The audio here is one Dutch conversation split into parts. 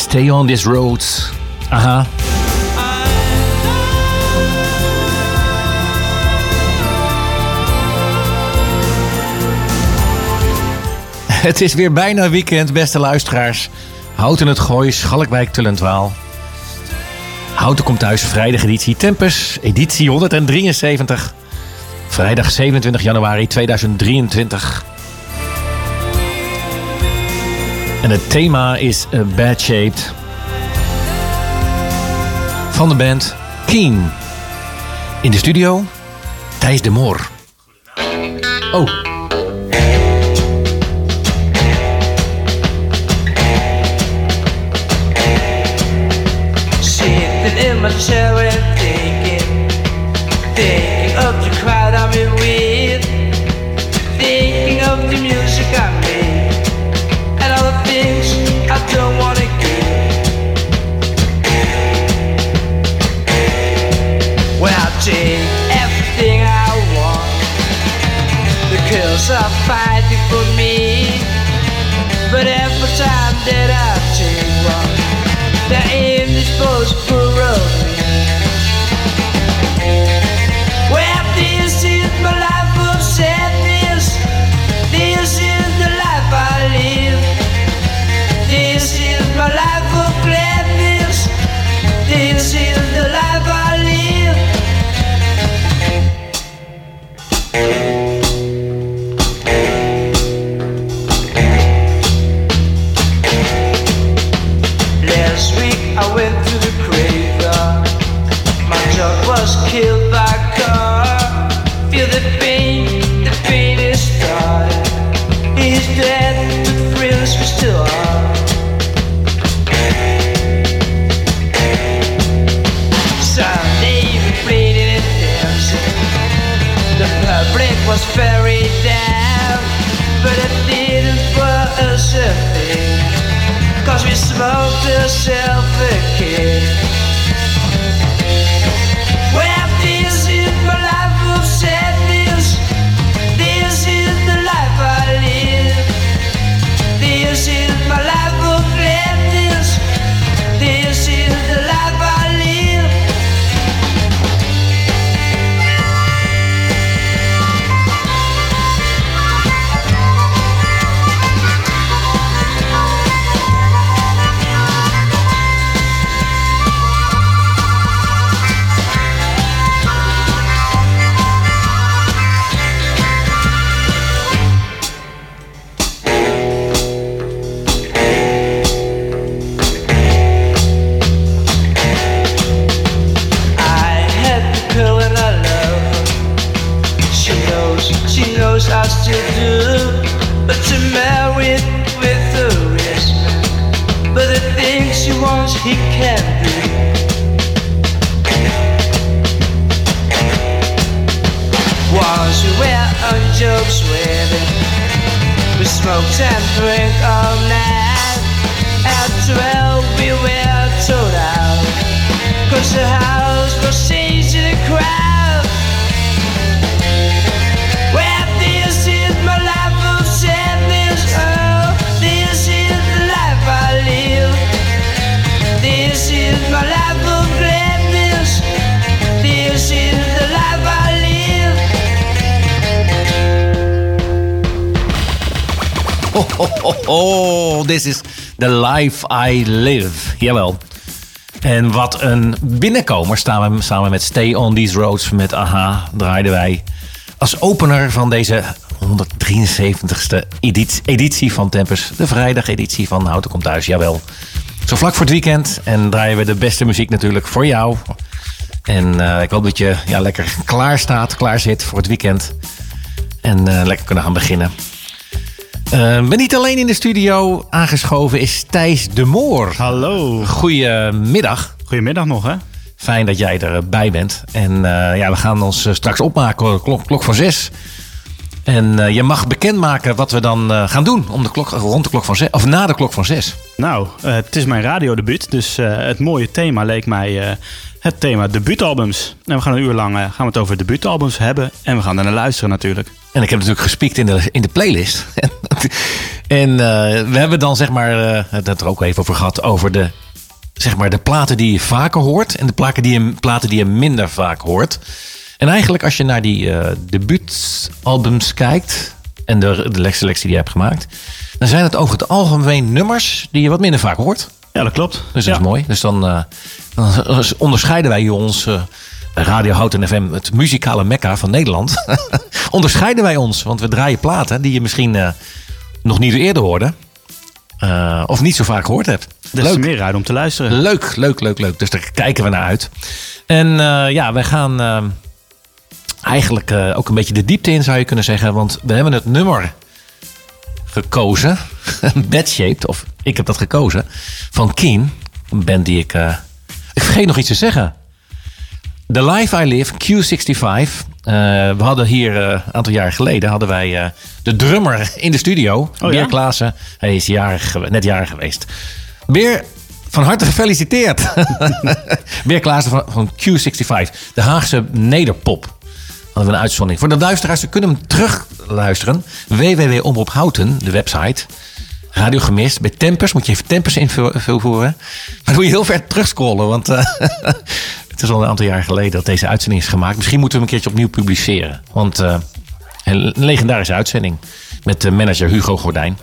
Stay on this road. Aha. Het is weer bijna weekend, beste luisteraars. Houten het Gooi, Schalkwijk, Tullentwaal. Houten komt thuis, vrijdag editie Tempus, editie 173. Vrijdag 27 januari 2023. En het thema is Bad Shaped. Van de band Keen. In de studio, Thijs de Moor. Oh. In my chair and thinking of the crowd I'm in with, thinking of the music I made, and all the things I don't wanna give. Well, I'll take everything I want, the girls are fighting for me, but every time that I take one, they're indisposable of me. Well, this is my life of sadness. This is the life I live. This is my life of gladness. This is the life I live. Last week I went to the graveyard. My dog was killed by a car. Feel the pain is started. He's dead, but friends we still are. Sunday we played in a dancing. The public was very down, but it didn't for us a thing, 'cause we smoked ourselves a kick. Well, this is my life of sadness. This is the life I live. This is my life of gladness. This is the life I live. I still do, but to marry with the rest. But the things he wants he can't do. Once we were on Job's wedding, we smoked and drank all night. At 12 we were told out, 'cause the house was changing the crowd. This is my life of sadness. Oh, this is the life I live. This is my life of gladness. This is the life I live. Oh, this is the life I live. Jawel. En wat een binnenkomer samen met Stay on These Roads met AHA draaiden wij als opener van deze 173ste editie van Tempus. De vrijdageditie van Houten komt thuis, jawel. Zo vlak voor het weekend. En draaien we de beste muziek natuurlijk voor jou. En ik hoop dat je lekker klaar zit voor het weekend. En lekker kunnen gaan beginnen. Ben niet alleen in de studio aangeschoven is Thijs de Moor. Hallo. Goedemiddag. Goedemiddag nog, hè? Fijn dat jij erbij bent. En we gaan ons straks opmaken klok voor 6. En je mag bekendmaken wat we dan gaan doen rond de klok van 6. Of na de klok van 6. Nou, het is mijn radiodebuut. Dus het mooie thema leek mij het thema debuutalbums. En we gaan een uur lang gaan we het over debuutalbums hebben. En we gaan er naar luisteren natuurlijk. En ik heb natuurlijk gespiekt in de playlist. En En we hebben dan zeg maar, het er ook even over gehad, over de, zeg maar, de platen die je vaker hoort en de platen die je minder vaak hoort. En eigenlijk als je naar die debuutalbums kijkt en de selectie die je hebt gemaakt, dan zijn het over het algemeen nummers die je wat minder vaak hoort. Ja, dat klopt. Dus dat is mooi. Dus dan onderscheiden wij ons, bij Radio Houten FM, het muzikale mekka van Nederland, onderscheiden wij ons. Want we draaien platen die je misschien nog niet eerder hoorde. Of niet zo vaak gehoord hebt. Dus is meer reden om te luisteren. Leuk. Dus daar kijken we naar uit. En wij gaan eigenlijk ook een beetje de diepte in, zou je kunnen zeggen. Want we hebben het nummer gekozen. Bad Shaped, of ik heb dat gekozen. Van Keane. Een band die ik vergeet nog iets te zeggen. The Life I Live, Q65. We hadden hier een aantal jaar geleden hadden wij de drummer in de studio. Beer Klaassen. Hij is net jarig geweest. Beer, van harte gefeliciteerd. Beer Klaassen van Q65. De Haagse nederpop. Hadden we een uitzondering. Voor de luisteraars, ze kunnen hem terugluisteren. www.omroephouten, de website. Radio Gemist. Bij Tempers moet je even Tempers invoeren. Maar moet je heel ver terugscrollen. Want het is al een aantal jaar geleden dat deze uitzending is gemaakt. Misschien moeten we hem een keertje opnieuw publiceren. Want een legendarische uitzending. Met manager Hugo Gordijn.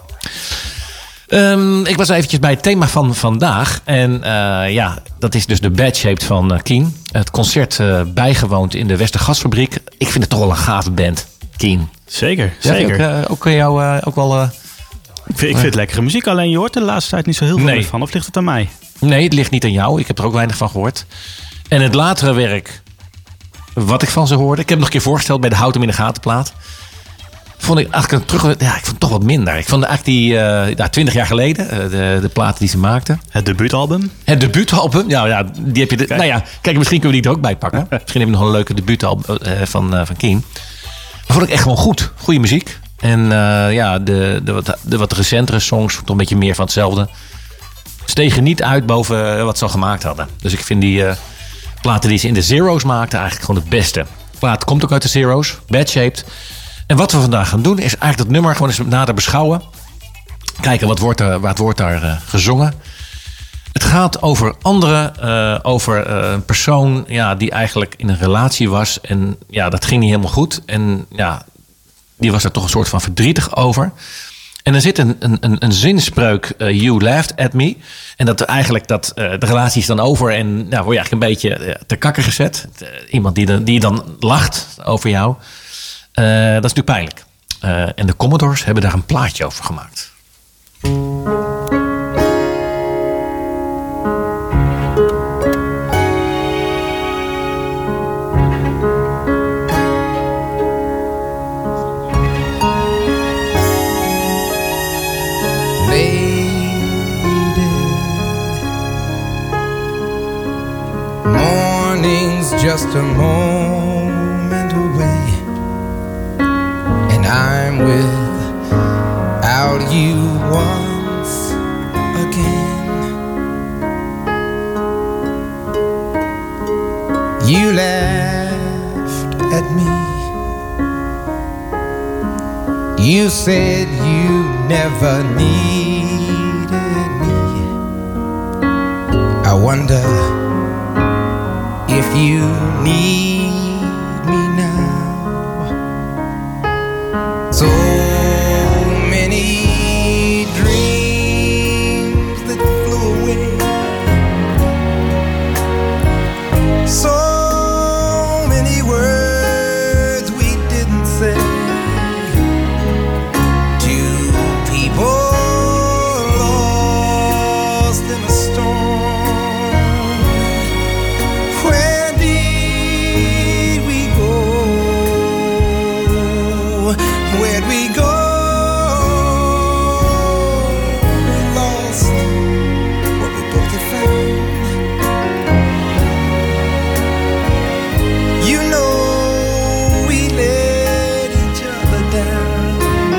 Ik was eventjes bij het thema van vandaag. En dat is dus de Bad Shaped van Keane. Het concert bijgewoond in de Westergasfabriek. Ik vind het toch wel een gave band, Keane. Zeker. Ook jou ook wel... Ik vind het lekkere muziek. Alleen je hoort er de laatste tijd niet zo heel veel meer van. Of ligt het aan mij? Nee, het ligt niet aan jou. Ik heb er ook weinig van gehoord. En het latere werk, wat ik van ze hoorde. Ik heb het nog een keer voorgesteld bij de Houten in de Gaten plaat. Vond ik eigenlijk ik vond het toch wat minder. Ik vond eigenlijk die 20 jaar geleden, de platen die ze maakten. Het debuutalbum? Het debuutalbum, ja, die heb je. Kijk, misschien kunnen we die er ook bij pakken. Misschien heb je nog een leuke debuutalbum van Keane. Maar vond ik echt gewoon goed. Goede muziek. En de wat recentere songs, toch een beetje meer van hetzelfde. Stegen niet uit boven wat ze al gemaakt hadden. Dus ik vind die platen die ze in de Zero's maakten eigenlijk gewoon het beste. De plaat komt ook uit de Zero's, Bad Shaped. En wat we vandaag gaan doen is eigenlijk dat nummer gewoon eens nader beschouwen. Kijken wat wordt daar gezongen. Het gaat over anderen, over een persoon die eigenlijk in een relatie was. En dat ging niet helemaal goed. En die was daar toch een soort van verdrietig over. En er zit een zinspreuk, you laughed at me. En dat eigenlijk de relatie is dan over en word je eigenlijk een beetje te kakker gezet. Iemand die dan lacht over jou. Dat is natuurlijk pijnlijk. En de Commodores hebben daar een plaatje over gemaakt. Just a moment away, and I'm without you once again. You laughed at me. You said you never needed me. I wonder if you need me now. So many dreams that flew away. So many words we didn't say. Two people lost in a storm. Where'd we go? We lost what we both had found. You know we let each other down.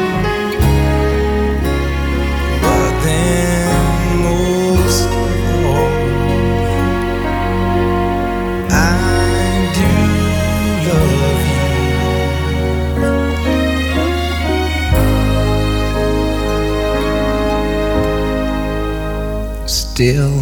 But then most of all, I do love you. still.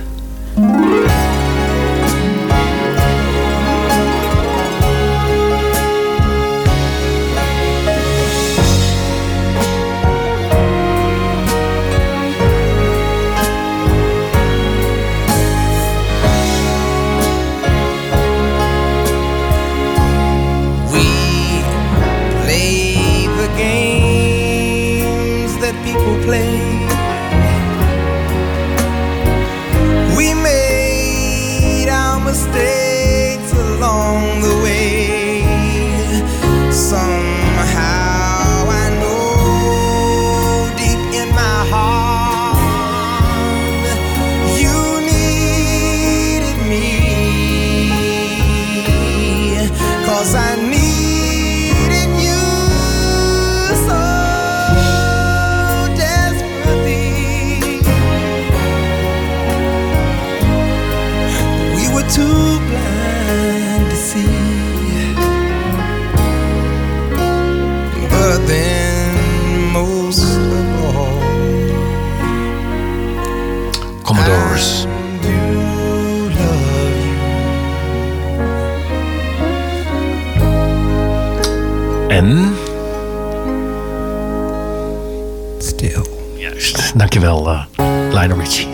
Commodores. En? Still. Juist. Dankjewel, Lionel Richie.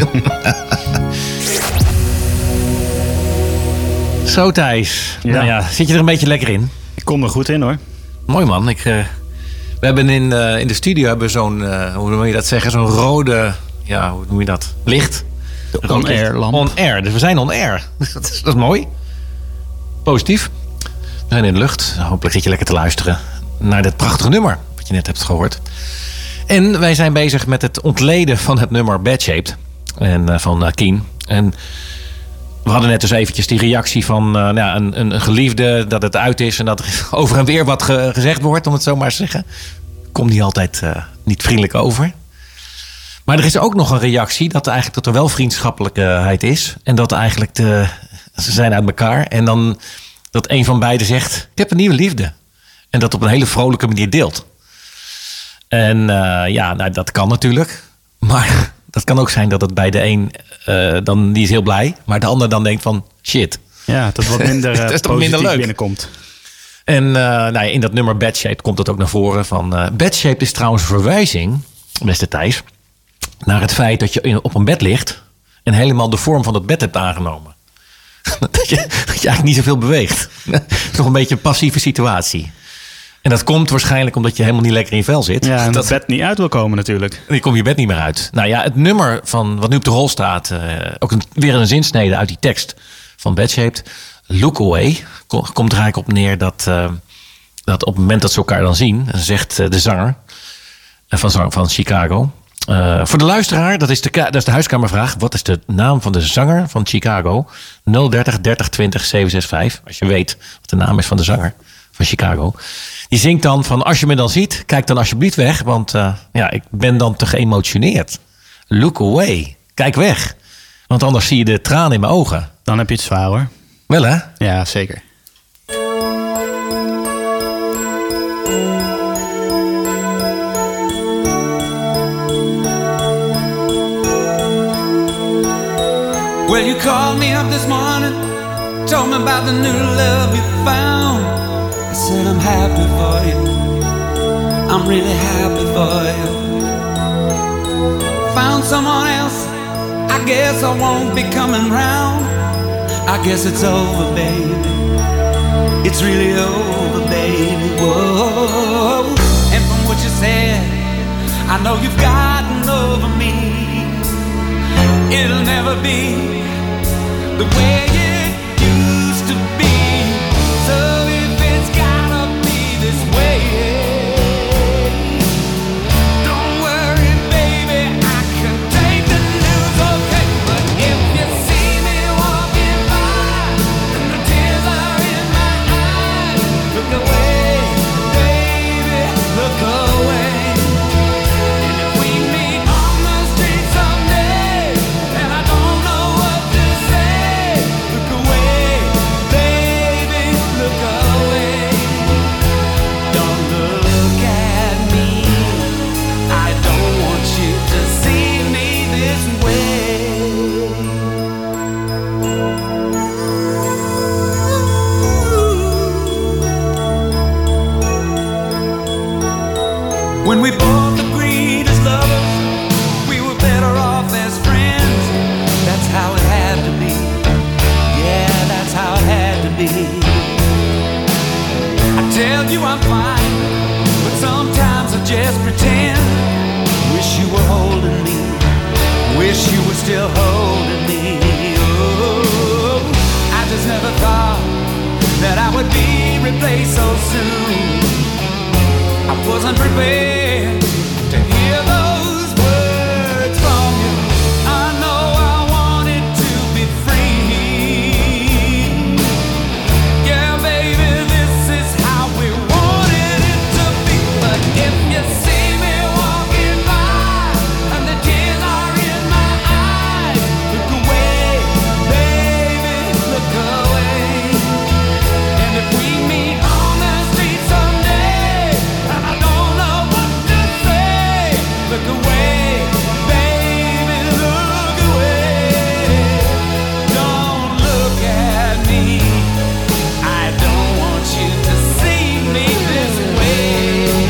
Zo, Thijs. Ja. Nou ja, zit je er een beetje lekker in? Ik kom er goed in hoor. Mooi man. We hebben in de studio hebben zo'n, hoe moet je dat zeggen? Zo'n rode, ja, hoe noem je dat? Licht. On-air lamp. On-air. Dus we zijn on-air. Dat is mooi. Positief. We zijn in de lucht. Hopelijk zit je lekker te luisteren naar dit prachtige nummer. Wat je net hebt gehoord. En wij zijn bezig met het ontleden van het nummer Bad Shaped. En van Keen. En we hadden net dus eventjes die reactie van een geliefde. Dat het uit is en dat er over en weer wat gezegd wordt. Om het zo maar te zeggen. Komt niet altijd niet vriendelijk over. Maar er is ook nog een reactie dat er wel vriendschappelijkheid is. En dat eigenlijk ze zijn uit elkaar. En dan dat een van beiden zegt, ik heb een nieuwe liefde. En dat op een hele vrolijke manier deelt. En dat kan natuurlijk. Maar dat kan ook zijn dat het bij de een, die is heel blij. Maar de ander dan denkt van, shit. Ja, dat wat minder dat is toch positief minder leuk binnenkomt. En in dat nummer Bad Shaped komt het ook naar voren. Bad Shaped is trouwens een verwijzing, beste Thijs, naar het feit dat je op een bed ligt en helemaal de vorm van het bed hebt aangenomen. dat je eigenlijk niet zoveel beweegt. Toch een beetje een passieve situatie. En dat komt waarschijnlijk omdat je helemaal niet lekker in je vel zit. Ja, en dat het bed niet uit wil komen natuurlijk. Je komt je bed niet meer uit. Nou ja, het nummer van wat nu op de rol staat, ook weer een zinsnede uit die tekst van Bad Shaped. Look Away. Komt er eigenlijk op neer dat op het moment dat ze elkaar dan zien, zegt de zanger van Chicago. Voor de luisteraar, dat is de huiskamervraag. Wat is de naam van de zanger van Chicago? 030 30 20 765. Als je weet wat de naam is van de zanger van Chicago. Die zingt dan van, als je me dan ziet, kijk dan alsjeblieft weg. Want ik ben dan te geëmotioneerd. Look away. Kijk weg. Want anders zie je de tranen in mijn ogen. Dan heb je het zwaar hoor. Wel hè? Ja, zeker. Well, you called me up this morning, told me about the new love you found. I said I'm happy for you, I'm really happy for you. Found someone else, I guess I won't be coming round. I guess it's over, baby, it's really over, baby, whoa. And from what you said, I know you've gotten over me. It'll never be the way it used to be. So if it's gotta be this way, don't worry, baby, I can take the news, okay? But if you see me walking by and the tears are in my eyes, look away, baby, look away. And if we meet on the street someday and I don't know what to say, When we both agreed as lovers, we were better off as friends. That's how it had to be. Yeah, that's how it had to be. I tell you I'm fine, but sometimes I just pretend. Wish you were holding me. Wish you were still holding me. Oh, I just never thought that I would be replaced so soon. I wasn't prepared to hear those words from you. I know I wanted to be free. Yeah, baby, this is how we wanted it to be. But if you see me walking by and the tears are in my eyes, look away, baby, look away. And if we meet on the street someday and I don't know what to say, look away, baby, look away. Don't look at me. I don't want you to see me this way.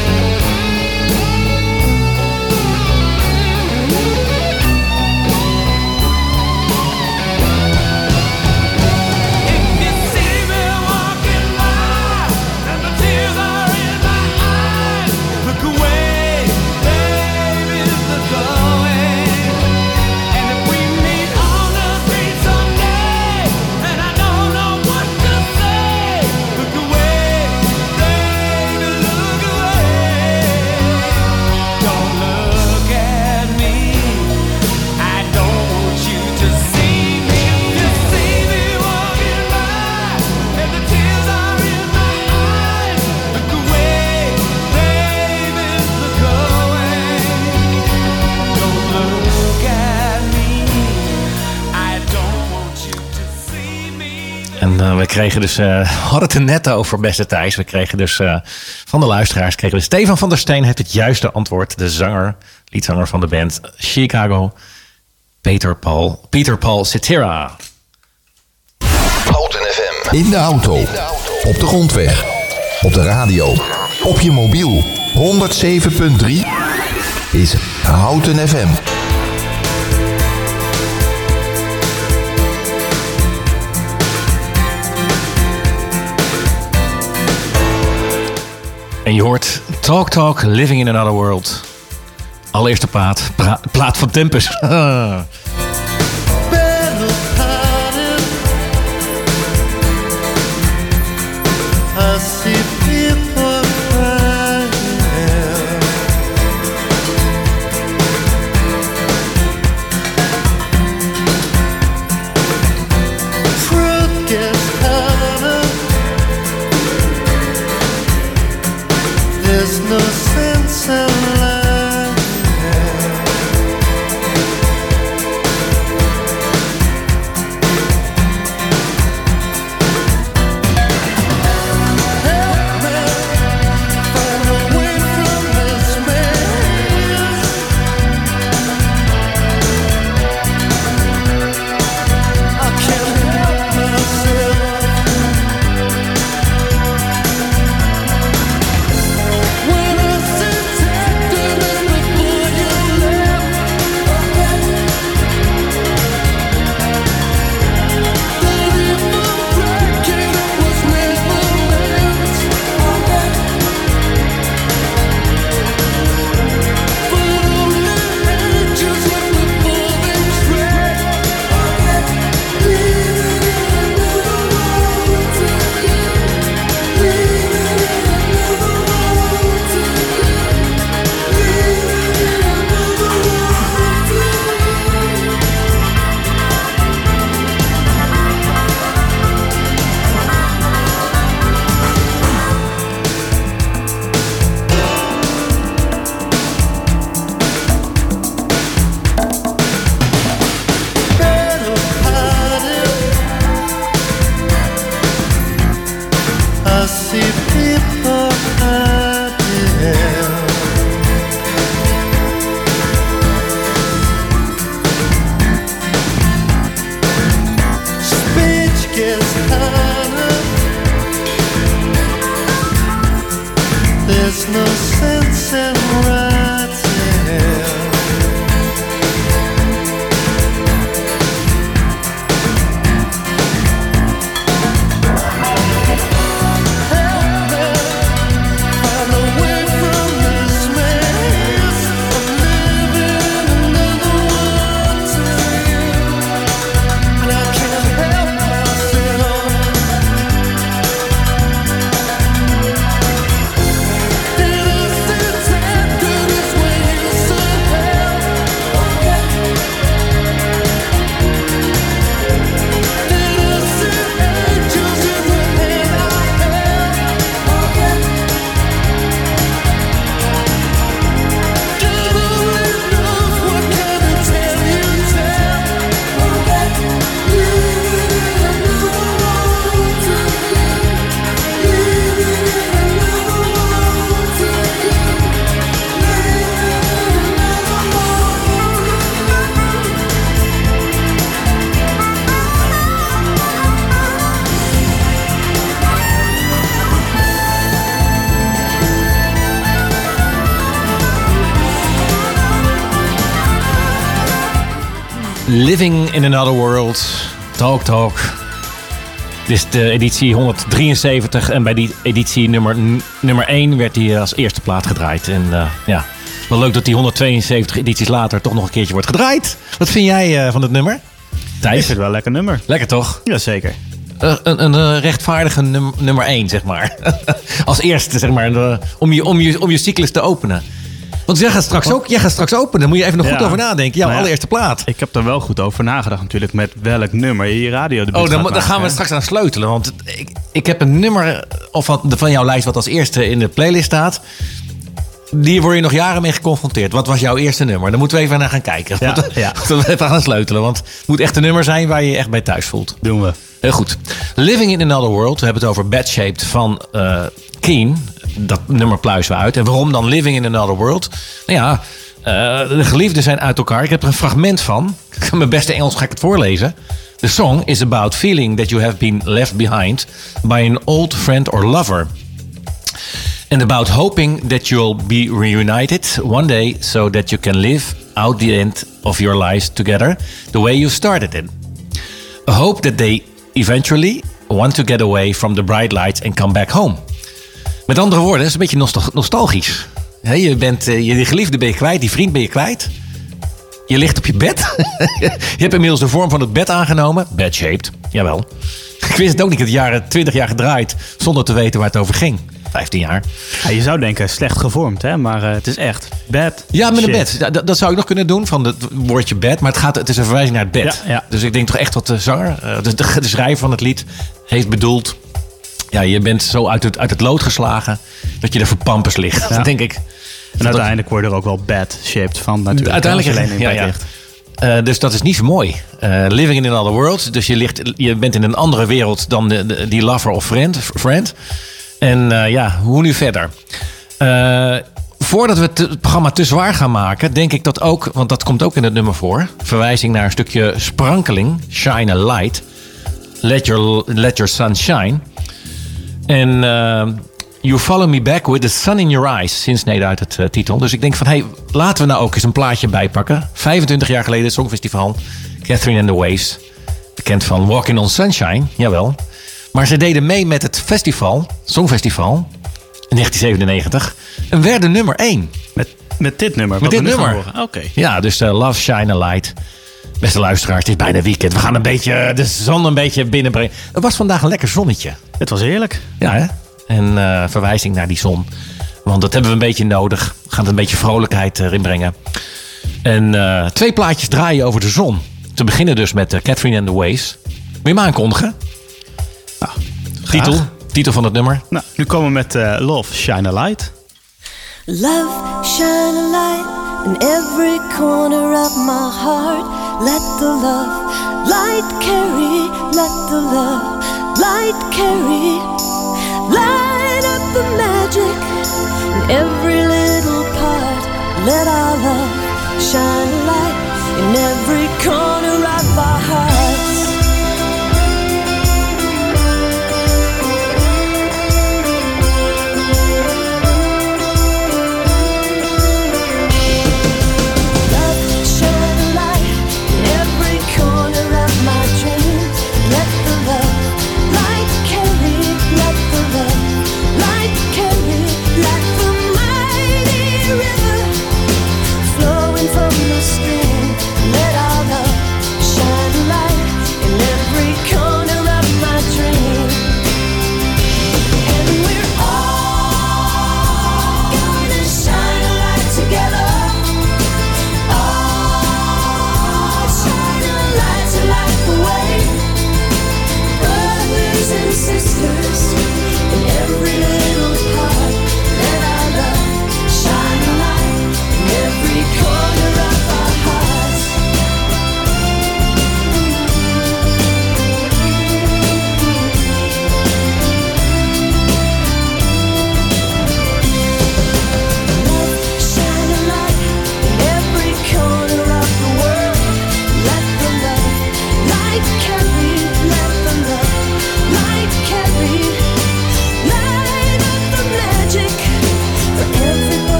If you see me walking by and the tears are in my eyes, look away, baby, look away. And if we meet on the street someday and I don't know what to say, look away, baby, look away. Don't look at me. I don't want you to see me. You see me walking by and the tears are in my eyes. Look away, baby, look away. Don't look at me. I don't want you to see me. En we kregen dus, hadden het er net over, beste Thijs. We kregen dus van de luisteraars, kregen we Stefan van der Steen heeft het juiste antwoord. De zanger, liedzanger van de band Chicago, Peter Paul Cetera. Houten FM. In de auto. Op de grondweg. Op de radio. Op je mobiel. 107.3 is Houten FM. En je hoort Talk Talk, Living in Another World. Allereerste plaat van Tempus. I see people crying. Fruit gets harder. There's no sense in life. There's no sense and rides ahead. Find a way from this maze. I'm living another world to you, and I can't help myself. Did I say time good is when you said help? Did I see angels in the hand I held? God only knows what kind of tale you tell. Living in Another World. Talk Talk. Dit is de editie 173 en bij die editie nummer 1 werd die als eerste plaat gedraaid. En ja, wel leuk dat die 172 edities later toch nog een keertje wordt gedraaid. Wat vind jij van het nummer? Ik Thijs? vind het wel een lekker nummer. Lekker toch? Jazeker. Een rechtvaardige nummer 1, zeg maar. Als eerste, zeg maar, om je cyclus te openen. Want jij gaat straks openen. Daar moet je even nog goed over nadenken. Jouw Nou ja, allereerste plaat. Ik heb er wel goed over nagedacht natuurlijk met welk nummer je radiodebuut Oh, gaat daar gaan we maken. straks aan sleutelen. Want ik heb een nummer van jouw lijst wat als eerste in de playlist staat. Die word je nog jaren mee geconfronteerd. Wat was jouw eerste nummer? Daar moeten we even naar gaan kijken. Ja, Moeten ja. we even gaan sleutelen. Want het moet echt een nummer zijn waar je je echt bij thuis voelt. Doen we. Heel goed. Living in Another World. We hebben het over Bad Shaped van Keane. Dat nummer pluizen we uit. En waarom dan Living in Another World? Nou ja, de geliefden zijn uit elkaar. Ik heb er een fragment van. Mijn beste Engels ga ik het voorlezen. The song is about feeling that you have been left behind by an old friend or lover. And about hoping that you'll be reunited one day so that you can live out the end of your lives together the way you started it. A hope that they eventually want to get away from the bright lights and come back home. Met andere woorden, het is een beetje nostalgisch. He, je geliefde ben je kwijt, die vriend ben je kwijt. Je ligt op je bed. Je hebt inmiddels de vorm van het bed aangenomen. Bad shaped, jawel. Ik wist het ook niet, ik heb 20 jaar gedraaid zonder te weten waar het over ging. 15 jaar. Ja, je zou denken slecht gevormd, hè? Maar het is echt bad. Ja, met een shit. bed. Dat zou ik nog kunnen doen van het woordje bed. Maar het is een verwijzing naar het bed. Ja, ja. Dus ik denk toch echt dat de zanger, de schrijver van het lied, heeft bedoeld. Ja, je bent zo uit het lood geslagen dat je er voor pampers ligt. Ja. Dat denk ik. En uiteindelijk word je er ook wel bad shaped van natuurlijk. Uiteindelijk als je alleen in ja, bed ja. ligt. Dus dat is niet zo mooi. Living in another world. Dus je bent in een andere wereld dan die lover of friend. En ja, hoe nu verder? Voordat we het programma te zwaar gaan maken, denk ik dat ook, want dat komt ook in het nummer voor, verwijzing naar een stukje sprankeling, shine a light, let your sun shine. En You Follow Me Back with the Sun in Your Eyes, zinsnede uit het titel. Dus ik denk van, hey, laten we nou ook eens een plaatje bijpakken. 25 jaar geleden, het Songfestival, Catherine and the Waves, bekend van Walking on Sunshine, jawel. Maar ze deden mee met het festival, Songfestival, in 1997, en werden nummer 1. Met dit nummer? Met wat dit we nu gaan nummer. horen. Oké. Ja, dus Love Shine a Light. Beste luisteraars, het is bijna weekend. We gaan een beetje de zon een beetje binnenbrengen. Het was vandaag een lekker zonnetje. Het was heerlijk. Ja, hè? En verwijzing naar die zon. Want dat hebben we een beetje nodig. We gaan er een beetje vrolijkheid erin brengen. En 2 plaatjes draaien over de zon. Te beginnen dus met Catherine and the Waves. Wil je hem aankondigen? Nou, graag. Titel van het nummer. Nou, nu komen we met Love, Shine a Light. Love, shine a light in every corner of my heart. Let the love light carry, let the love light carry. Light up the magic in every little part. Let our love shine a light in every corner of our hearts.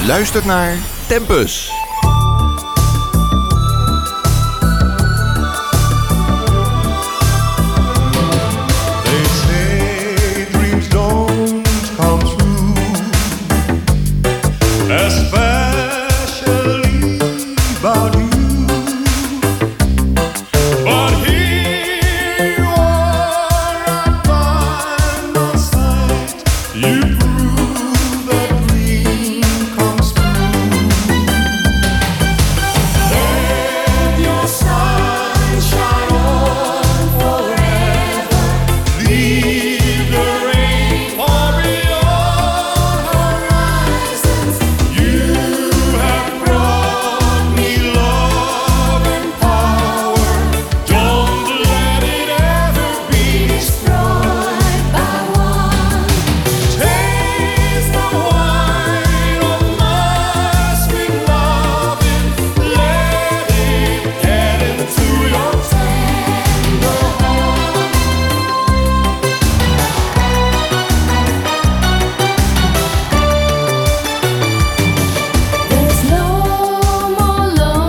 luistert naar Tempus. They say dreams don't come true, especially about you. But here you are right by my side. You prove that dream comes true. Let your sunshine on forever. Leave the rain far beyond horizons. You have brought me love and power. Don't let it ever be destroyed by one. Taste the wine of my sweet loving. Let it get into your tender heart. There's no more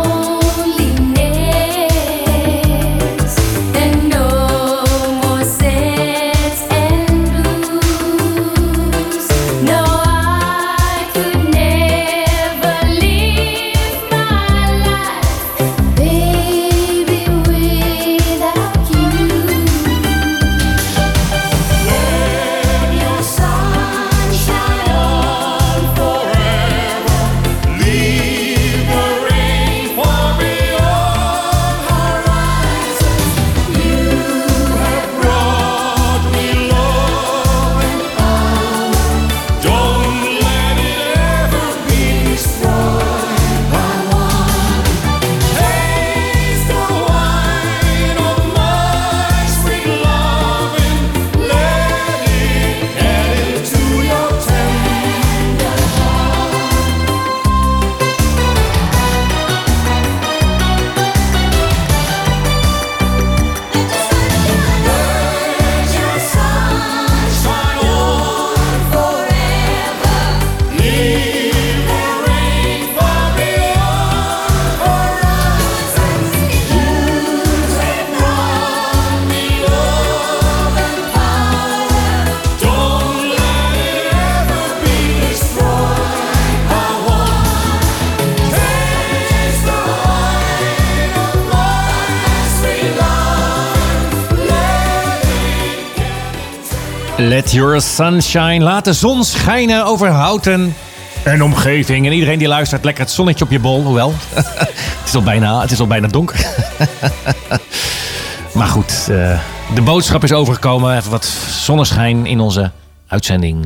loneliness and no more sets and blues. No, I could never live my life, baby, without you. Let your sunshine on forever. Leave the rain far beyond horizons. You have brought me love and power. Don't let it ever be destroyed by one. Taste the wine of my sweet loving. Let it get into your tender heart. Let your sunshine on forever. Leave the rain far beyond horizons. You have brought me love and power. Don't let it ever be destroyed by one. Taste the wine of my sweet love. Let your sunshine. Laat de zon schijnen over Houten en omgeving. En iedereen die luistert, lekker het zonnetje op je bol. Hoewel, het is al bijna donker. Maar goed, de boodschap is overgekomen. Even wat zonneschijn in onze uitzending.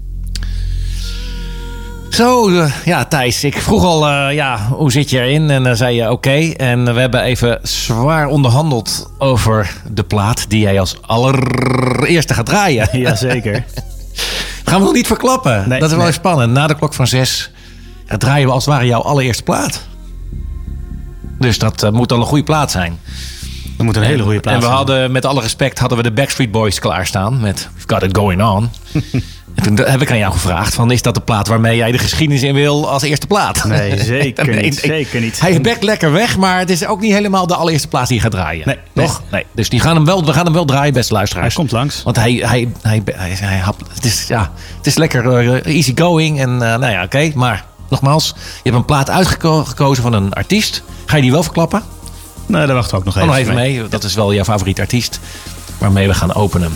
Zo, ja Thijs, ik vroeg al, hoe zit je erin? En dan zei je oké. En we hebben even zwaar onderhandeld over de plaat die jij als allereerste gaat draaien. Jazeker. Gaan we nog niet verklappen. Nee, Dat is wel nee. spannend. Na de klok van 6 draaien we als het ware jouw allereerste plaat. Dus dat moet dan een goede plaat zijn. Dat moet een hele goede plaats En we zijn. hadden, met alle respect, hadden we de Backstreet Boys klaarstaan. Met We've Got It Going On. En toen heb ik aan jou gevraagd, van, is dat de plaat waarmee jij de geschiedenis in wil als eerste plaat? Nee, zeker Nee, niet. nee. Zeker niet. Hij bekt lekker weg, maar het is ook niet helemaal de allereerste plaat die je gaat draaien. Nee, Toch? Nee. Dus we gaan hem wel draaien, beste Hij luisteraars. komt langs. Want het is lekker easy going. En nou ja, oké. Maar nogmaals, je hebt een plaat uitgekozen van een artiest. Ga je die wel verklappen? Nee, daar wachten we ook nog Ga even, nog even mee. Dat is wel jouw favoriete artiest. Waarmee we gaan openen.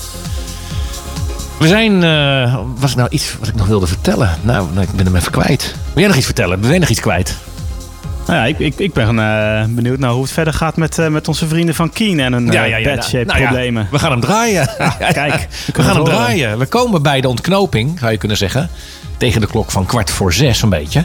We zijn... was er nou iets wat ik nog wilde vertellen? Nou, ik ben hem even kwijt. Wil jij nog iets vertellen? Ben jij nog iets kwijt? Nou ja, ik ben benieuwd naar hoe het verder gaat met onze vrienden van Keen en hun bad shape problemen. We gaan hem draaien. Kijk, we gaan hem draaien. We komen bij de ontknoping, zou je kunnen zeggen. Tegen de klok van 5:45 zo'n beetje.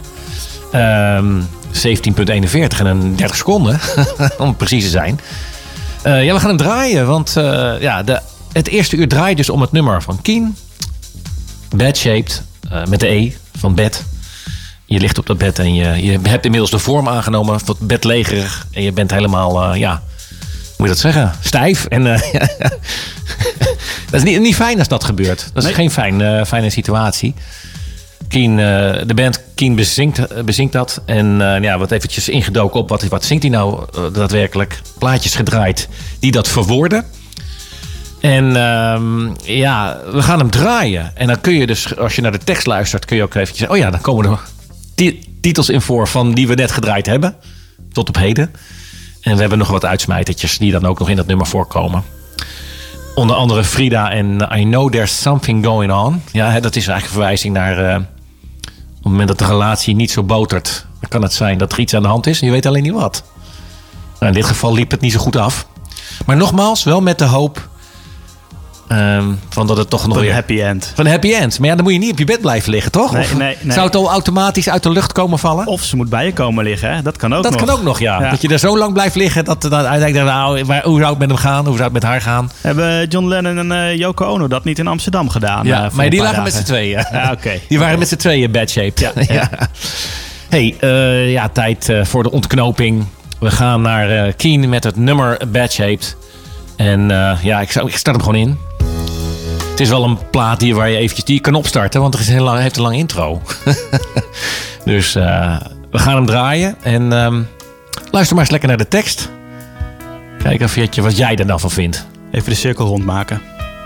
17:41 en een 30 seconden, om precies te zijn. Ja, we gaan hem draaien, want het eerste uur draait dus om het nummer van Keen. Bad Shaped, met de E van bed. Je ligt op dat bed en je hebt inmiddels de vorm aangenomen, wat bedlegerig. En je bent helemaal, hoe moet je dat zeggen? Stijf. En dat is niet fijn als dat gebeurt. Dat is geen fijne situatie. De band Keen bezingt dat. En wat eventjes ingedoken op wat zingt hij nou daadwerkelijk. Plaatjes gedraaid die dat verwoorden. En we gaan hem draaien. En dan kun je dus, als je naar de tekst luistert, kun je ook eventjes... Oh ja, dan komen er titels in voor van die we net gedraaid hebben. Tot op heden. En we hebben nog wat uitsmijtertjes die dan ook nog in dat nummer voorkomen. Onder andere Frida en I Know There's Something Going On. Ja, dat is eigenlijk een verwijzing naar... op het moment dat de relatie niet zo botert... dan kan het zijn dat er iets aan de hand is en je weet alleen niet wat. Nou, in dit geval liep het niet zo goed af. Maar nogmaals, wel met de hoop... van dat het toch nog Een weer... happy end. Van een happy end. Maar ja, dan moet je niet op je bed blijven liggen, toch? Nee, Of nee. Zou het al automatisch uit de lucht komen vallen? Of ze moet bij je komen liggen, hè? Dat kan ook nog. Dat kan ook nog, ja. Ja. Dat je er zo lang blijft liggen dat dan uiteindelijk... hoe zou het met hem gaan? Hoe zou het met haar gaan? Hebben John Lennon en Yoko Ono dat niet in Amsterdam gedaan? Ja, voor maar een die paar lagen met dagen? z'n tweeën. Ja, oké. Die waren met z'n tweeën bad shaped. Ja, ja. Hey, tijd voor de ontknoping. We gaan naar Keen met het nummer Bad Shaped. En ik start hem gewoon in. Het is wel een plaat waar je eventjes die kan opstarten, want het heeft een lange intro. Dus we gaan hem draaien. En luister maar eens lekker naar de tekst. Kijk even wat jij er dan van vindt. Even de cirkel rondmaken.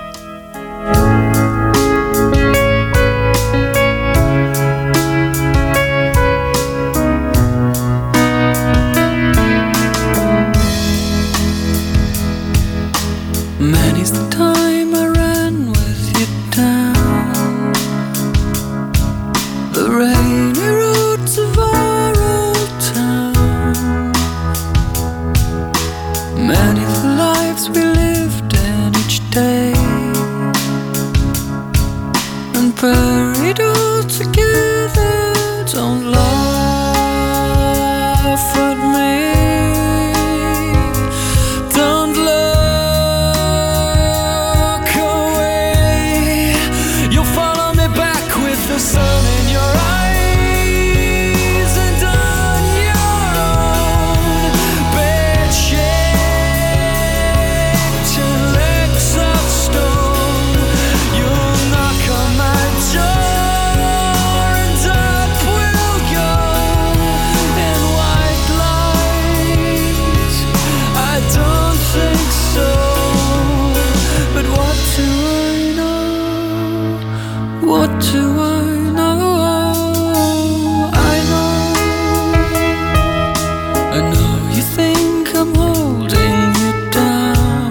Many's the time I ran with you down the rainy roads of our old town. Many the lives we lived in each day, and buried all together. Don't laugh at me. Don't look away. You'll follow me back with the sun in your eyes and on your own bed shaped legs of stone. You'll knock on my door and up we'll go in white light. I don't think so, but what do I know? What do I know? I know you think I'm holding you down,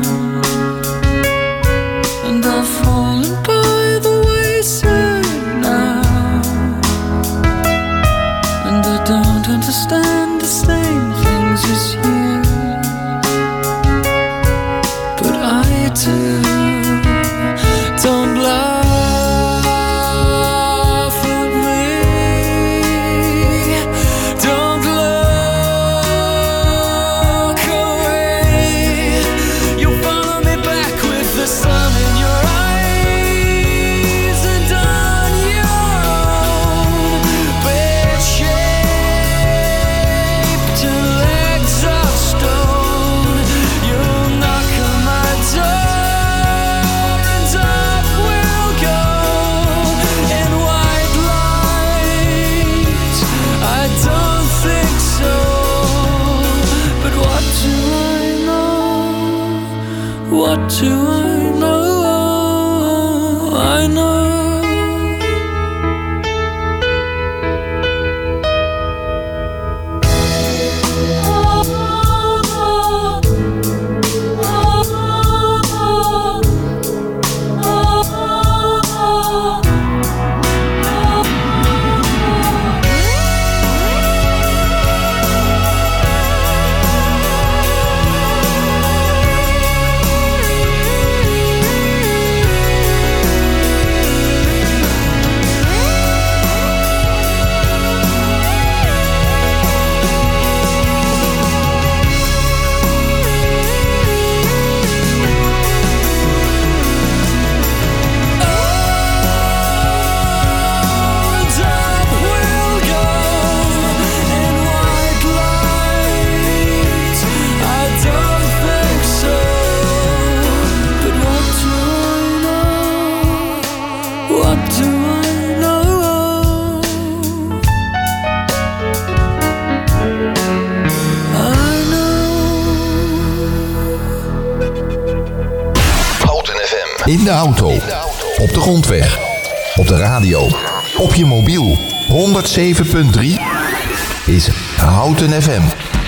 and I've fallen by the wayside now, and I don't understand the same things as you, but I do. Don't laugh at me. Don't look away. You'll follow me back with the sun in your eyes and on your own bed shaped legs of stone. You'll knock on my door and up we'll go in white light. I don't think so, but what do I know? What do I know? I know. What do I know? In de auto, op de grondweg, op de radio, op je mobiel. 107.3 is Houten FM.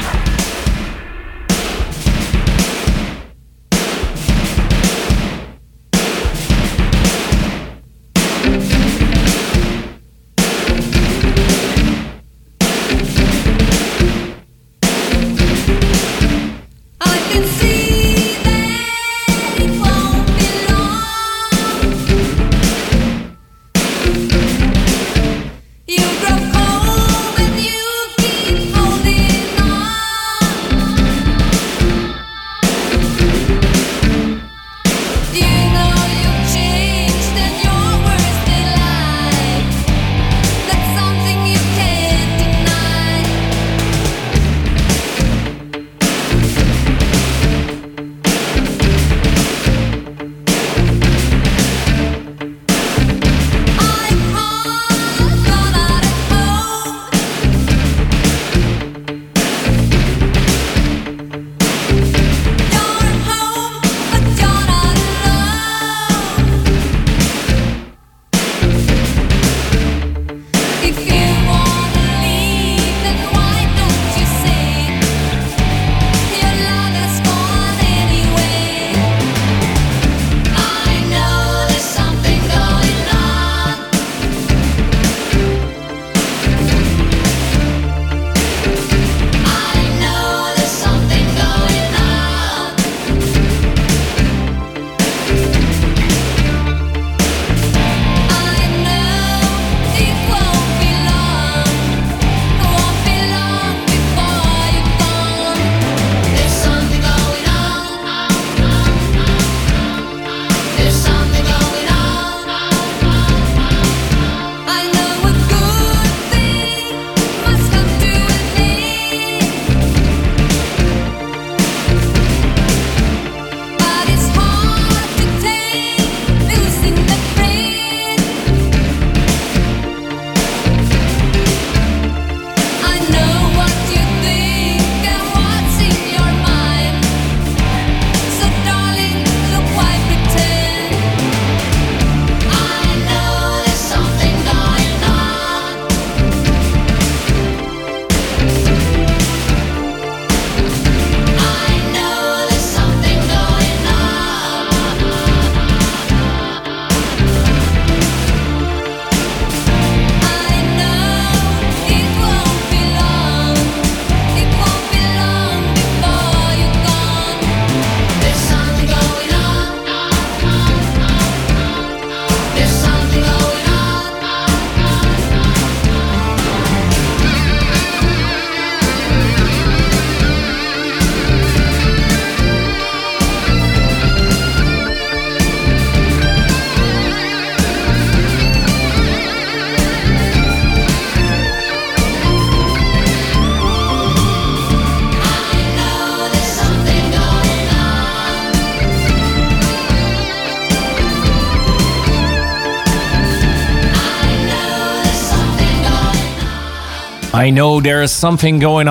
I know there's something going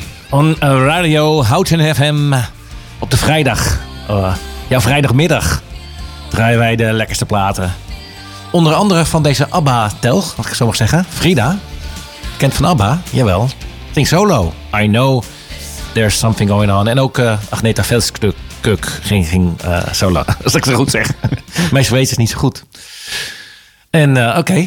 on Radio Houten FM. Op de vrijdag, vrijdagmiddag, draaien wij de lekkerste platen. Onder andere van deze ABBA-telg, wat ik zo mag zeggen. Frida, kent van ABBA, jawel. Ging solo. I know there's something going on. En ook Agneta Velskuk ging solo, als ik zo goed zeg. Mijn Zweeds is niet zo goed. En oké.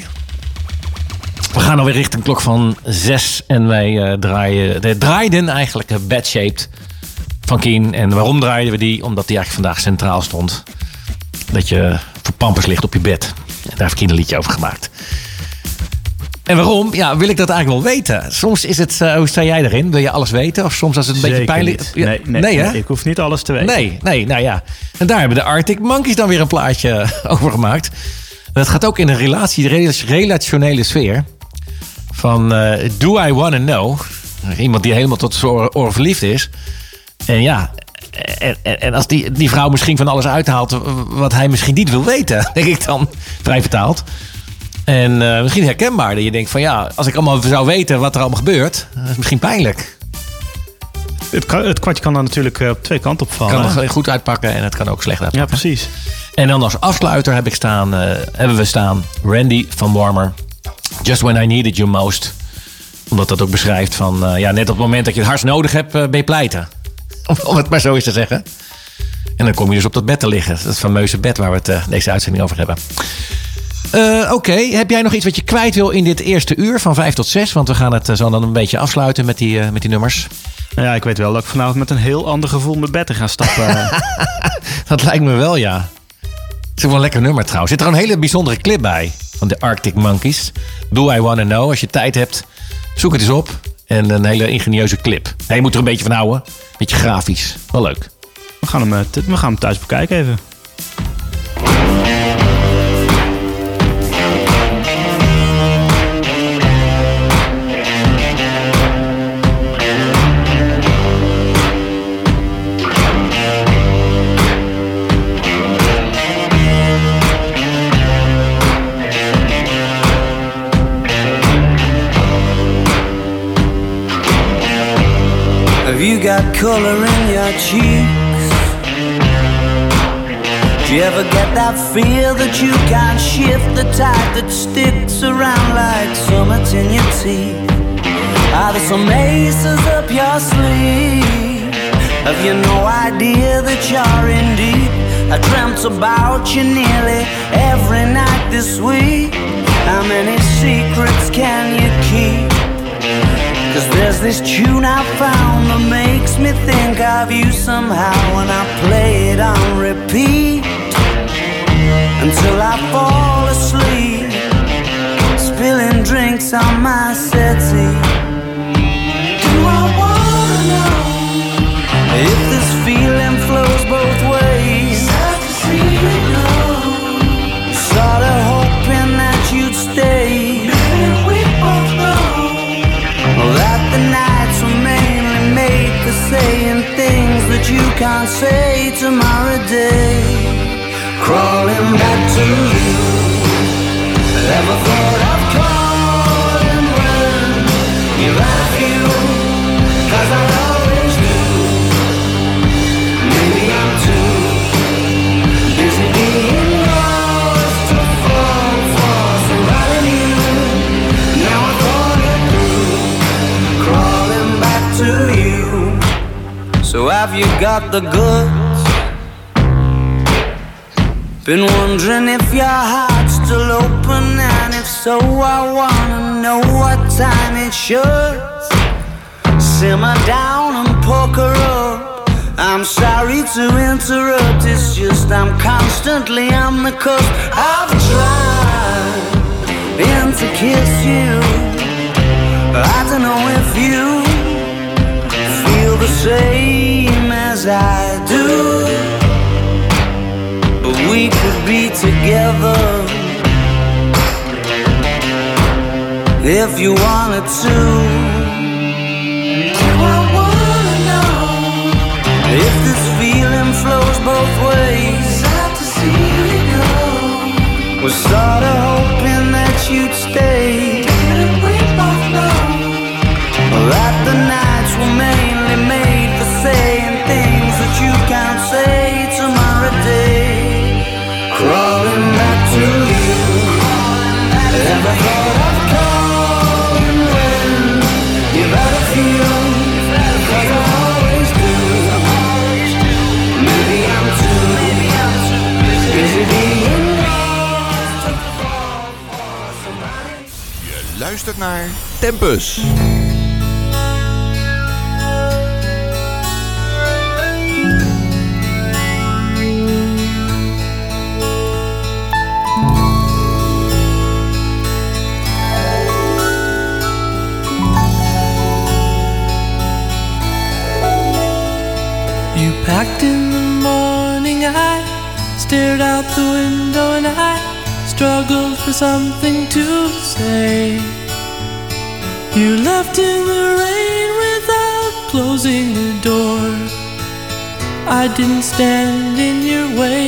We gaan alweer richting klok van 6 en wij draaiden eigenlijk Bad Shaped van Keen. En waarom draaiden we die? Omdat die eigenlijk vandaag centraal stond. Dat je voor pampers ligt op je bed. En daar heeft Keen een liedje over gemaakt. En waarom? Ja, wil ik dat eigenlijk wel weten. Soms is het, hoe sta jij erin? Wil je alles weten? Of soms als het een beetje pijnlijk is? Nee, hè? Ik hoef niet alles te weten. Nee, nou ja. En daar hebben de Arctic Monkeys dan weer een plaatje over gemaakt. Dat gaat ook in een relationele sfeer. Van Do I Wanna Know? Iemand die helemaal tot zijn oren verliefd is. En ja, en als die vrouw misschien van alles uithaalt wat hij misschien niet wil weten, denk ik dan, vrij vertaald. En misschien herkenbaar dat je denkt van ja, als ik allemaal zou weten wat er allemaal gebeurt, dat is misschien pijnlijk. Het kwartje kan dan natuurlijk op twee kanten opvallen. Het kan er goed uitpakken en het kan ook slecht uitpakken. Ja, precies. En dan als afsluiter hebben we staan Randy van Warmer. Just When I Needed You Most. Omdat dat ook beschrijft van... net op het moment dat je het hardst nodig hebt, ben je pleiten. Om het maar zo eens te zeggen. En dan kom je dus op dat bed te liggen. Dat fameuze bed waar we het deze uitzending over hebben. Oké, heb jij nog iets wat je kwijt wil in dit eerste uur van 5 tot 6? Want we gaan het zo dan een beetje afsluiten met die nummers. Nou ja, ik weet wel dat ik vanavond met een heel ander gevoel mijn bed in ga stappen. Dat lijkt me wel, ja. Het is ook wel een lekker nummer trouwens. Zit er een hele bijzondere clip bij van de Arctic Monkeys. Do I Wanna Know? Als je tijd hebt, zoek het eens op. En een hele ingenieuze clip. Je moet er een beetje van houden. Beetje grafisch. Wel leuk. We gaan hem thuis bekijken even. Have you got color in your cheeks? Do you ever get that feel that you can't shift? The type that sticks around like summits in your teeth? Are there some aces up your sleeve? Have you no idea that you're in deep? I dreamt about you nearly every night this week. How many secrets can you keep? 'Cause there's this tune I found that makes me think of you somehow, and I play it on repeat until I fall asleep, spilling drinks on my settee. Do I wanna know if this feeling flows both ways? Sad to see you go. Sorta hoping that you'd stay. Maybe we both know that the nights were mainly made for saying things that you can't say tomorrow day. Crawling back to you. Ever thought of calling when you're out of you? 'Cause I always do. Maybe I'm too busy being lost to fall for somebody new. Now I thought it through. Crawling back to you. So have you got the goods? Been wondering if your heart's still open, and if so, I wanna know what time it should. Simmer down and poker up. I'm sorry to interrupt, it's just I'm constantly on the cusp. I've tried been to kiss you. I don't know if you feel the same as I do, but we could be together if you wanted to. Do I wanna know if this feeling flows both ways? Sad to see you go. Was sorta hoping that you'd stay. Didn't we both know that the nights were mainly made for saying things that you can't say tomorrow day? Crawling back to you. Ever thought of calling when you're out of you? 'Cause I always do. Maybe I'm too busy being lost to fall for somebody. Je luistert naar Tempus. You packed in the morning, I stared out the window and I struggled for something to say. You left in the rain without closing the door. I didn't stand in your way.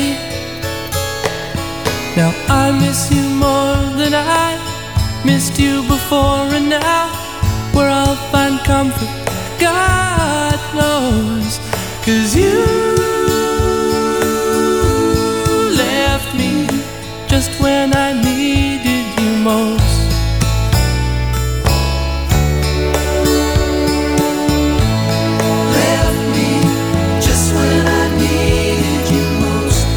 Now I miss you more than I missed you before, and now where I'll find comfort God knows, 'cause you left me just when I needed you most. Left me just when I needed you most.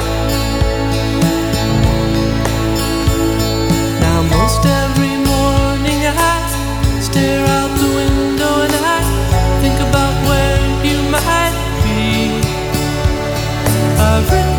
Now most every morning I stare out the window and I think about where you might be. I've written